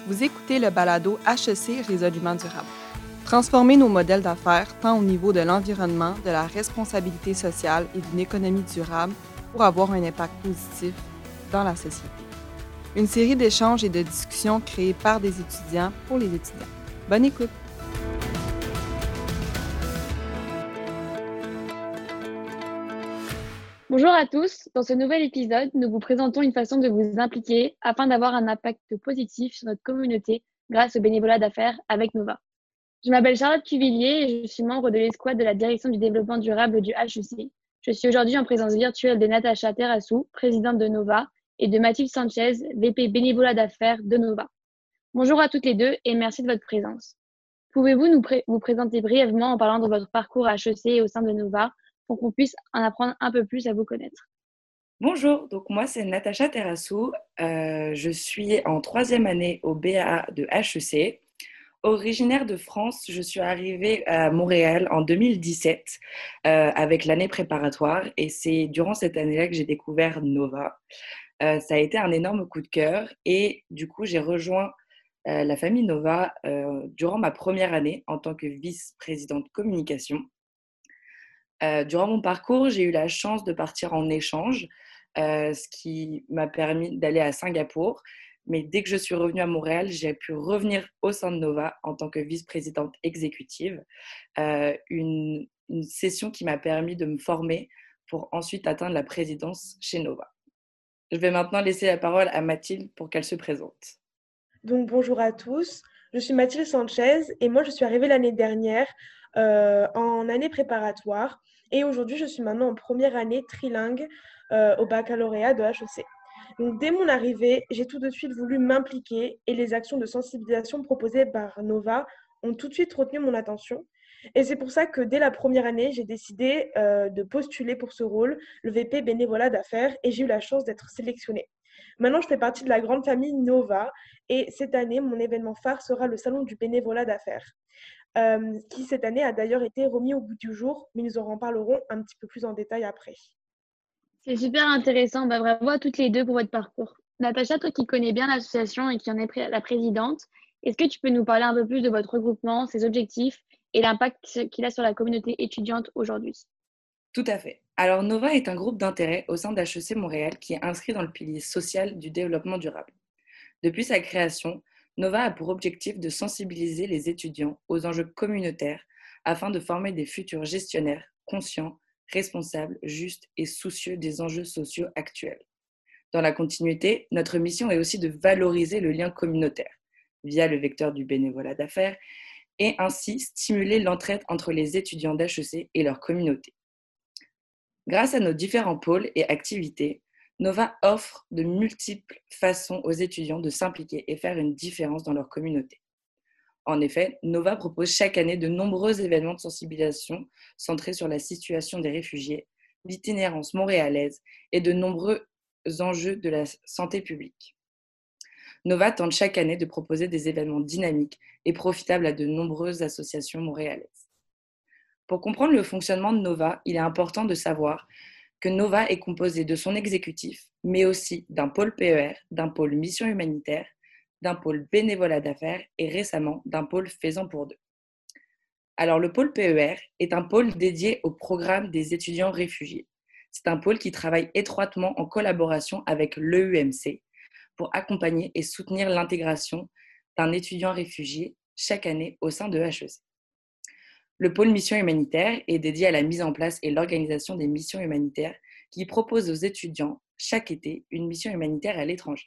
Vous écoutez le balado HEC Résolument durable. Transformer nos modèles d'affaires tant au niveau de l'environnement, de la responsabilité sociale et d'une économie durable pour avoir un impact positif dans la société. Une série d'échanges et de discussions créées par des étudiants pour les étudiants. Bonne écoute! Bonjour à tous, dans ce nouvel épisode, nous vous présentons une façon de vous impliquer afin d'avoir un impact positif sur notre communauté grâce au bénévolat d'affaires avec Nova. Je m'appelle Charlotte Cuvillier et je suis membre de l'escouade de la direction du développement durable du HEC. Je suis aujourd'hui en présence virtuelle de Natacha Terrassou, présidente de Nova, et de Mathilde Sanchez, VP bénévolat d'affaires de Nova. Bonjour à toutes les deux et merci de votre présence. Pouvez-vous vous présenter brièvement en parlant de votre parcours à HEC au sein de Nova pour qu'on puisse en apprendre un peu plus à vous connaître? Bonjour, donc moi c'est Natacha Terrassou, je suis en 3e année au BAA de HEC. Originaire de France, je suis arrivée à Montréal en 2017 avec l'année préparatoire et c'est durant cette année-là que j'ai découvert Nova. Ça a été un énorme coup de cœur et du coup j'ai rejoint la famille Nova durant ma première année en tant que vice-présidente communication. Durant mon parcours, j'ai eu la chance de partir en échange, ce qui m'a permis d'aller à Singapour. Mais dès que je suis revenue à Montréal, j'ai pu revenir au sein de Nova en tant que vice-présidente exécutive. Une session qui m'a permis de me former pour ensuite atteindre la présidence chez Nova. Je vais maintenant laisser la parole à Mathilde pour qu'elle se présente. Donc bonjour à tous, je suis Mathilde Sanchez et moi je suis arrivée l'année dernière en année préparatoire et aujourd'hui je suis maintenant en première année trilingue au baccalauréat de HEC. Donc dès mon arrivée, j'ai tout de suite voulu m'impliquer et les actions de sensibilisation proposées par Nova ont tout de suite retenu mon attention. Et c'est pour ça que dès la première année, j'ai décidé de postuler pour ce rôle, le VP bénévolat d'affaires, et j'ai eu la chance d'être sélectionnée. Maintenant, je fais partie de la grande famille Nova et cette année, mon événement phare sera le Salon du bénévolat d'affaires, qui cette année a d'ailleurs été remis au bout du jour, mais nous en reparlerons un petit peu plus en détail après. C'est super intéressant. Bravo à toutes les deux pour votre parcours. Natacha, toi qui connais bien l'association et qui en est la présidente, est-ce que tu peux nous parler un peu plus de votre regroupement, ses objectifs et l'impact qu'il a sur la communauté étudiante aujourd'hui? Tout à fait. Alors Nova est un groupe d'intérêt au sein d'HEC Montréal qui est inscrit dans le pilier social du développement durable. Depuis sa création, Nova a pour objectif de sensibiliser les étudiants aux enjeux communautaires afin de former des futurs gestionnaires conscients, responsables, justes et soucieux des enjeux sociaux actuels. Dans la continuité, notre mission est aussi de valoriser le lien communautaire via le vecteur du bénévolat d'affaires et ainsi stimuler l'entraide entre les étudiants d'HEC et leur communauté. Grâce à nos différents pôles et activités, Nova offre de multiples façons aux étudiants de s'impliquer et faire une différence dans leur communauté. En effet, Nova propose chaque année de nombreux événements de sensibilisation centrés sur la situation des réfugiés, l'itinérance montréalaise et de nombreux enjeux de la santé publique. Nova tente chaque année de proposer des événements dynamiques et profitables à de nombreuses associations montréalaises. Pour comprendre le fonctionnement de Nova, il est important de savoir que Nova est composé de son exécutif, mais aussi d'un pôle PER, d'un pôle mission humanitaire, d'un pôle bénévolat d'affaires et récemment d'un pôle faisant pour deux. Alors le pôle PER est un pôle dédié au programme des étudiants réfugiés. C'est un pôle qui travaille étroitement en collaboration avec l'EUMC pour accompagner et soutenir l'intégration d'un étudiant réfugié chaque année au sein de HEC. Le pôle mission humanitaire est dédié à la mise en place et l'organisation des missions humanitaires qui proposent aux étudiants chaque été une mission humanitaire à l'étranger.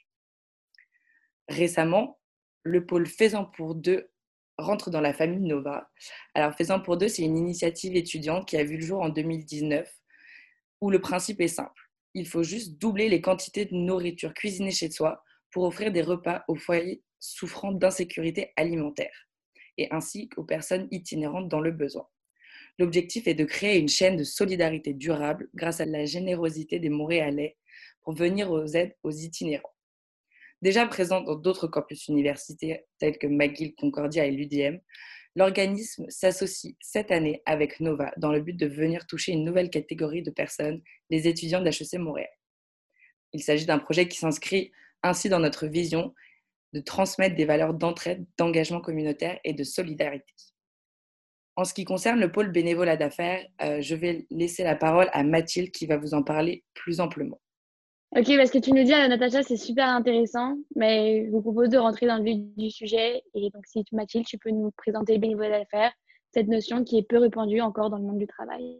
Récemment, le pôle Faisant pour deux rentre dans la famille Nova. Alors Faisant pour deux, c'est une initiative étudiante qui a vu le jour en 2019 où le principe est simple. Il faut juste doubler les quantités de nourriture cuisinée chez soi pour offrir des repas aux foyers souffrant d'insécurité alimentaire et ainsi qu'aux personnes itinérantes dans le besoin. L'objectif est de créer une chaîne de solidarité durable grâce à la générosité des Montréalais pour venir aux aides aux itinérants. Déjà présent dans d'autres campus universitaires tels que McGill, Concordia et l'UDM, l'organisme s'associe cette année avec Nova dans le but de venir toucher une nouvelle catégorie de personnes, les étudiants d'HEC Montréal. Il s'agit d'un projet qui s'inscrit ainsi dans notre vision de transmettre des valeurs d'entraide, d'engagement communautaire et de solidarité. En ce qui concerne le pôle bénévolat d'affaires, je vais laisser la parole à Mathilde qui va vous en parler plus amplement. Ok, ce que tu nous dis, Natacha, c'est super intéressant, mais je vous propose de rentrer dans le vif du sujet. Et donc, si Mathilde, tu peux nous présenter le bénévolat d'affaires, cette notion qui est peu répandue encore dans le monde du travail.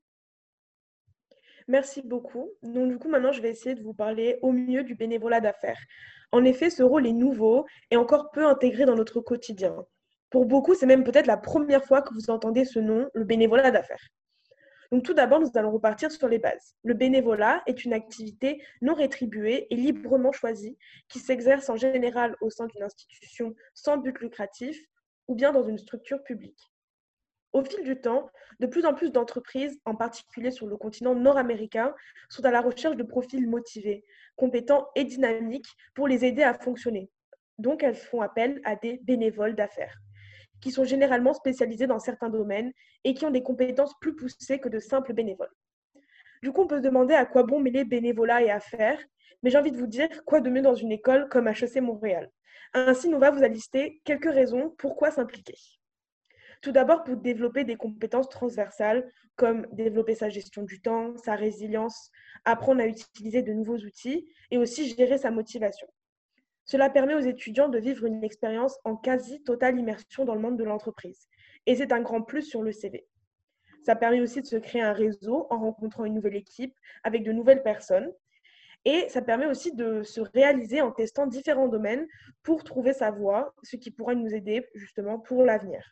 Merci beaucoup. Donc, du coup, maintenant, je vais essayer de vous parler au mieux du bénévolat d'affaires. En effet, ce rôle est nouveau et encore peu intégré dans notre quotidien. Pour beaucoup, c'est même peut-être la première fois que vous entendez ce nom, le bénévolat d'affaires. Donc, tout d'abord, nous allons repartir sur les bases. Le bénévolat est une activité non rétribuée et librement choisie qui s'exerce en général au sein d'une institution sans but lucratif ou bien dans une structure publique. Au fil du temps, de plus en plus d'entreprises, en particulier sur le continent nord-américain, sont à la recherche de profils motivés, compétents et dynamiques pour les aider à fonctionner. Donc, elles font appel à des bénévoles d'affaires, qui sont généralement spécialisés dans certains domaines et qui ont des compétences plus poussées que de simples bénévoles. Du coup, on peut se demander à quoi bon mêler bénévolat et affaires, mais j'ai envie de vous dire quoi de mieux dans une école comme HEC Montréal. Ainsi, Nova vous a listé quelques raisons pourquoi s'impliquer. Tout d'abord, pour développer des compétences transversales, comme développer sa gestion du temps, sa résilience, apprendre à utiliser de nouveaux outils et aussi gérer sa motivation. Cela permet aux étudiants de vivre une expérience en quasi totale immersion dans le monde de l'entreprise. Et c'est un grand plus sur le CV. Ça permet aussi de se créer un réseau en rencontrant une nouvelle équipe avec de nouvelles personnes. Et ça permet aussi de se réaliser en testant différents domaines pour trouver sa voie, ce qui pourra nous aider justement pour l'avenir.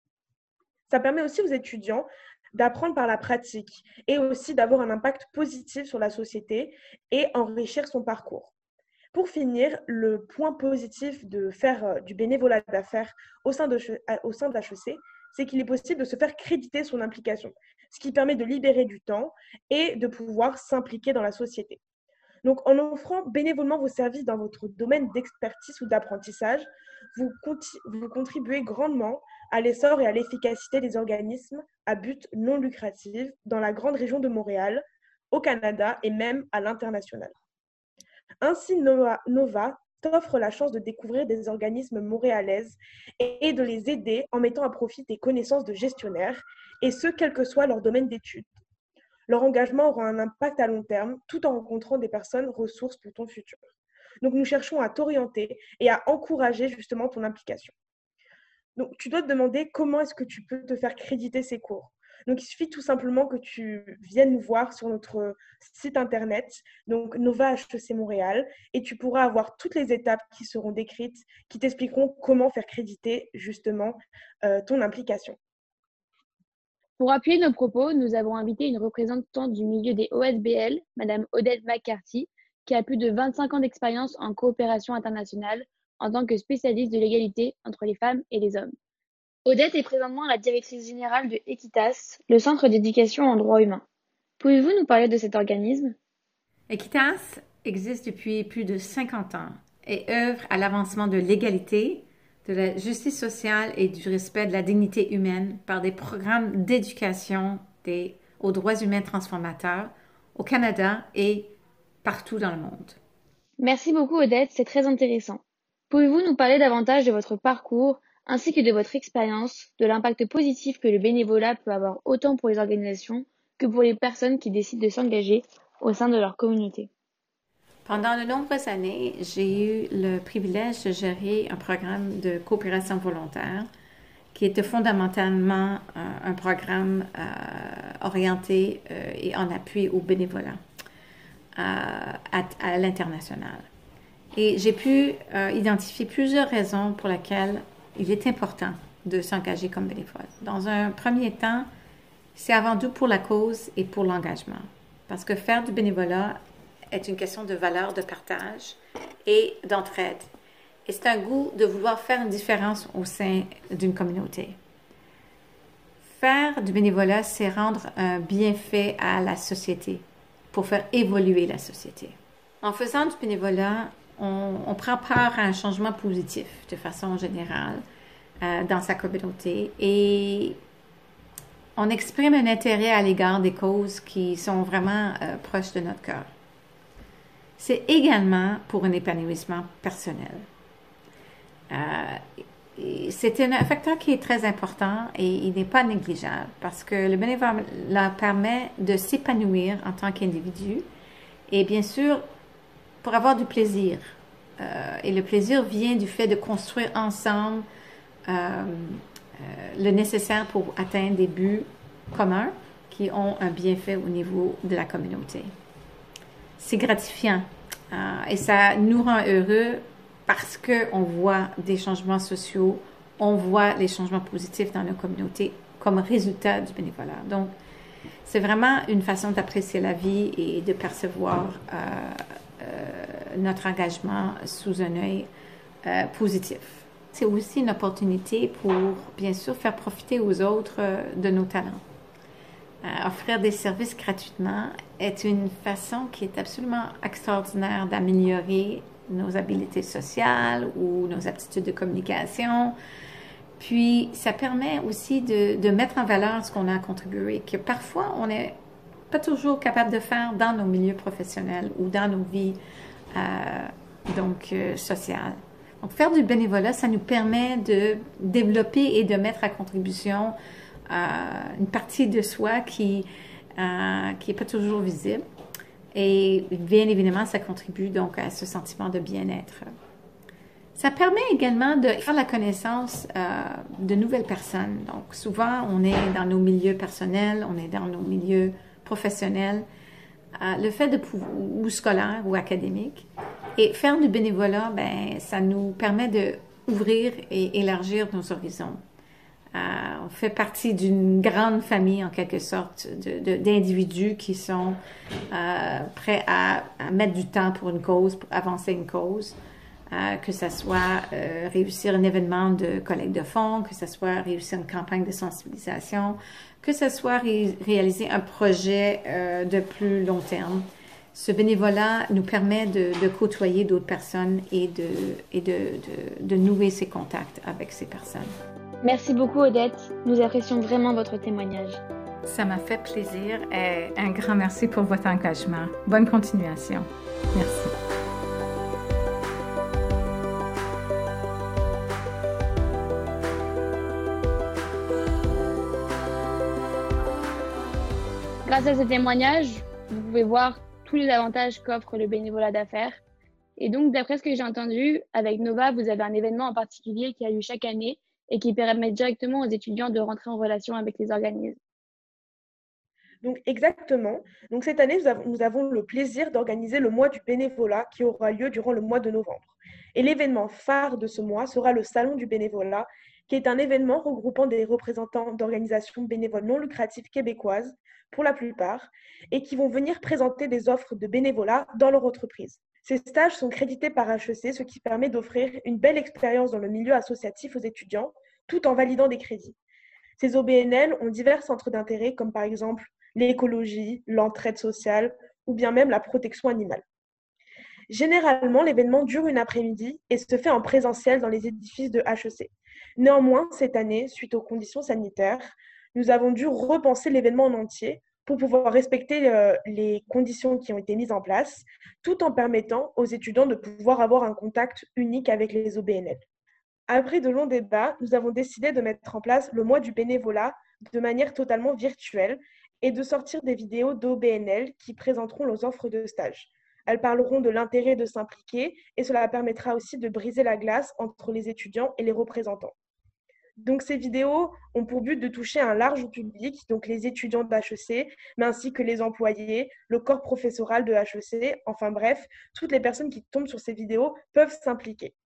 Ça permet aussi aux étudiants d'apprendre par la pratique et aussi d'avoir un impact positif sur la société et enrichir son parcours. Pour finir, le point positif de faire du bénévolat d'affaires au sein d'HEC, c'est qu'il est possible de se faire créditer son implication, ce qui permet de libérer du temps et de pouvoir s'impliquer dans la société. Donc, en offrant bénévolement vos services dans votre domaine d'expertise ou d'apprentissage, vous contribuez grandement à l'essor et à l'efficacité des organismes à but non lucratif dans la grande région de Montréal, au Canada et même à l'international. Ainsi, Nova t'offre la chance de découvrir des organismes montréalaises et de les aider en mettant à profit tes connaissances de gestionnaire, et ce, quel que soit leur domaine d'études. Leur engagement aura un impact à long terme tout en rencontrant des personnes ressources pour ton futur. Donc, nous cherchons à t'orienter et à encourager justement ton implication. Donc, tu dois te demander comment est-ce que tu peux te faire créditer ces cours. Donc, il suffit tout simplement que tu viennes nous voir sur notre site internet, donc Nova HEC Montréal, et tu pourras avoir toutes les étapes qui seront décrites, qui t'expliqueront comment faire créditer justement ton implication. Pour appuyer nos propos, nous avons invité une représentante du milieu des OSBL, Madame Odette McCarthy, qui a plus de 25 ans d'expérience en coopération internationale en tant que spécialiste de l'égalité entre les femmes et les hommes. Odette est présentement la directrice générale de Equitas, le centre d'éducation en droits humains. Pouvez-vous nous parler de cet organisme? Equitas existe depuis plus de 50 ans et œuvre à l'avancement de l'égalité, de la justice sociale et du respect de la dignité humaine par des programmes d'éducation aux droits humains transformateurs au Canada et partout dans le monde. Merci beaucoup Odette, c'est très intéressant. Pouvez-vous nous parler davantage de votre parcours ainsi que de votre expérience, de l'impact positif que le bénévolat peut avoir autant pour les organisations que pour les personnes qui décident de s'engager au sein de leur communauté? Pendant de nombreuses années, j'ai eu le privilège de gérer un programme de coopération volontaire qui était fondamentalement un programme orienté et en appui au bénévolat à l'international. Et j'ai pu identifier plusieurs raisons pour lesquelles il est important de s'engager comme bénévole. Dans un premier temps, c'est avant tout pour la cause et pour l'engagement. Parce que faire du bénévolat est une question de valeur, de partage et d'entraide. Et c'est un goût de vouloir faire une différence au sein d'une communauté. Faire du bénévolat, c'est rendre un bienfait à la société, pour faire évoluer la société. En faisant du bénévolat, on prend part à un changement positif de façon générale dans sa communauté et on exprime un intérêt à l'égard des causes qui sont vraiment proches de notre cœur. C'est également pour un épanouissement personnel. C'est un facteur qui est très important et il n'est pas négligeable parce que le bénévolat permet de s'épanouir en tant qu'individu et bien sûr pour avoir du plaisir. Et le plaisir vient du fait de construire ensemble le nécessaire pour atteindre des buts communs qui ont un bienfait au niveau de la communauté. C'est gratifiant et ça nous rend heureux parce qu'on voit des changements sociaux, on voit les changements positifs dans nos communautés comme résultat du bénévolat. Donc, c'est vraiment une façon d'apprécier la vie et de percevoir notre engagement sous un œil positif. C'est aussi une opportunité pour, bien sûr, faire profiter aux autres de nos talents. Offrir des services gratuitement est une façon qui est absolument extraordinaire d'améliorer nos habiletés sociales ou nos aptitudes de communication. Puis, ça permet aussi de mettre en valeur ce qu'on a contribué, que parfois, on n'est pas toujours capable de faire dans nos milieux professionnels ou dans nos vies sociales. Donc, faire du bénévolat, ça nous permet de développer et de mettre à contribution une partie de soi qui n'est pas toujours visible. Et bien évidemment, ça contribue donc à ce sentiment de bien-être. Ça permet également de faire la connaissance de nouvelles personnes. Donc, souvent, on est dans nos milieux personnels, on est dans nos milieux professionnels, le fait de ou scolaire ou académique. Et faire du bénévolat, ben, ça nous permet d'ouvrir et élargir nos horizons. On fait partie d'une grande famille, en quelque sorte, d'individus qui sont prêts à mettre du temps pour une cause, pour avancer une cause, que ce soit réussir un événement de collecte de fonds, que ce soit réussir une campagne de sensibilisation, que ce soit réaliser un projet de plus long terme. Ce bénévolat nous permet de côtoyer d'autres personnes et de nouer ces contacts avec ces personnes. Merci beaucoup Odette, nous apprécions vraiment votre témoignage. Ça m'a fait plaisir et un grand merci pour votre engagement. Bonne continuation. Merci. Grâce à ce témoignage, vous pouvez voir tous les avantages qu'offre le bénévolat d'affaires. Et donc, d'après ce que j'ai entendu, avec Nova, vous avez un événement en particulier qui a lieu chaque année et qui permet directement aux étudiants de rentrer en relation avec les organismes. Donc, exactement. Donc, cette année, nous avons le plaisir d'organiser le mois du bénévolat qui aura lieu durant le mois de novembre. Et l'événement phare de ce mois sera le Salon du bénévolat, qui est un événement regroupant des représentants d'organisations bénévoles non lucratives québécoises, pour la plupart, et qui vont venir présenter des offres de bénévolat dans leur entreprise. Ces stages sont crédités par HEC, ce qui permet d'offrir une belle expérience dans le milieu associatif aux étudiants, tout en validant des crédits. Ces OBNL ont divers centres d'intérêt, comme par exemple l'écologie, l'entraide sociale ou bien même la protection animale. Généralement, l'événement dure une après-midi et se fait en présentiel dans les édifices de HEC. Néanmoins, cette année, suite aux conditions sanitaires, nous avons dû repenser l'événement en entier pour pouvoir respecter les conditions qui ont été mises en place, tout en permettant aux étudiants de pouvoir avoir un contact unique avec les OBNL. Après de longs débats, nous avons décidé de mettre en place le mois du bénévolat de manière totalement virtuelle et de sortir des vidéos d'OBNL qui présenteront leurs offres de stage. Elles parleront de l'intérêt de s'impliquer et cela permettra aussi de briser la glace entre les étudiants et les représentants. Donc, ces vidéos ont pour but de toucher un large public, donc les étudiants d'HEC, mais ainsi que les employés, le corps professoral de HEC, enfin bref, toutes les personnes qui tombent sur ces vidéos peuvent s'impliquer.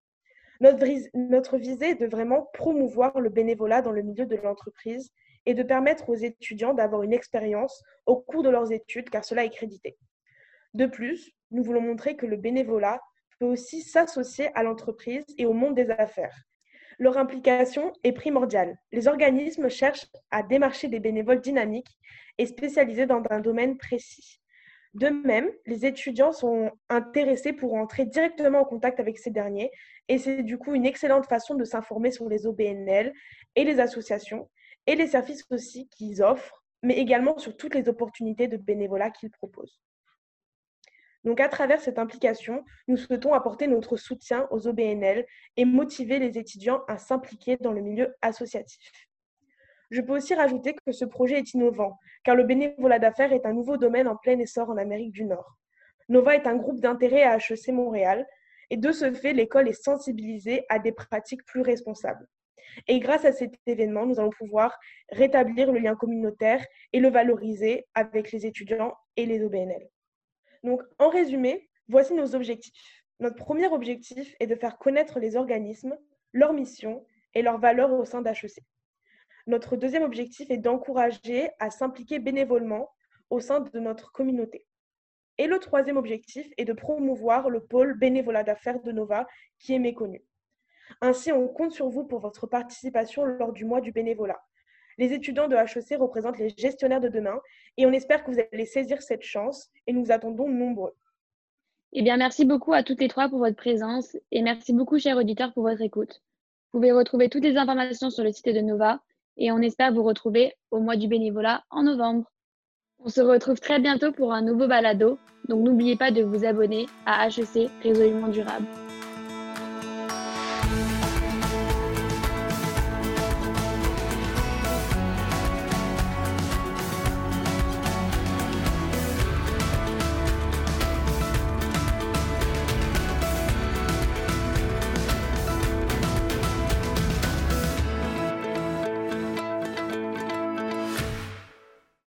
Notre visée est de vraiment promouvoir le bénévolat dans le milieu de l'entreprise et de permettre aux étudiants d'avoir une expérience au cours de leurs études, car cela est crédité. De plus, nous voulons montrer que le bénévolat peut aussi s'associer à l'entreprise et au monde des affaires. Leur implication est primordiale. Les organismes cherchent à démarcher des bénévoles dynamiques et spécialisés dans un domaine précis. De même, les étudiants sont intéressés pour entrer directement en contact avec ces derniers et c'est du coup une excellente façon de s'informer sur les OBNL et les associations et les services aussi qu'ils offrent, mais également sur toutes les opportunités de bénévolat qu'ils proposent. Donc à travers cette implication, nous souhaitons apporter notre soutien aux OBNL et motiver les étudiants à s'impliquer dans le milieu associatif. Je peux aussi rajouter que ce projet est innovant, car le bénévolat d'affaires est un nouveau domaine en plein essor en Amérique du Nord. Nova est un groupe d'intérêt à HEC Montréal, et de ce fait, l'école est sensibilisée à des pratiques plus responsables. Et grâce à cet événement, nous allons pouvoir rétablir le lien communautaire et le valoriser avec les étudiants et les OBNL. Donc, en résumé, voici nos objectifs. Notre premier objectif est de faire connaître les organismes, leurs missions et leurs valeurs au sein d'HEC. Notre deuxième objectif est d'encourager à s'impliquer bénévolement au sein de notre communauté. Et le troisième objectif est de promouvoir le pôle bénévolat d'affaires de Nova qui est méconnu. Ainsi, on compte sur vous pour votre participation lors du mois du bénévolat. Les étudiants de HEC représentent les gestionnaires de demain et on espère que vous allez saisir cette chance et nous attendons nombreux. Eh bien, merci beaucoup à toutes les trois pour votre présence et merci beaucoup, chers auditeurs, pour votre écoute. Vous pouvez retrouver toutes les informations sur le site de Nova et on espère vous retrouver au mois du bénévolat en novembre. On se retrouve très bientôt pour un nouveau balado, donc n'oubliez pas de vous abonner à HEC Résolument Durable.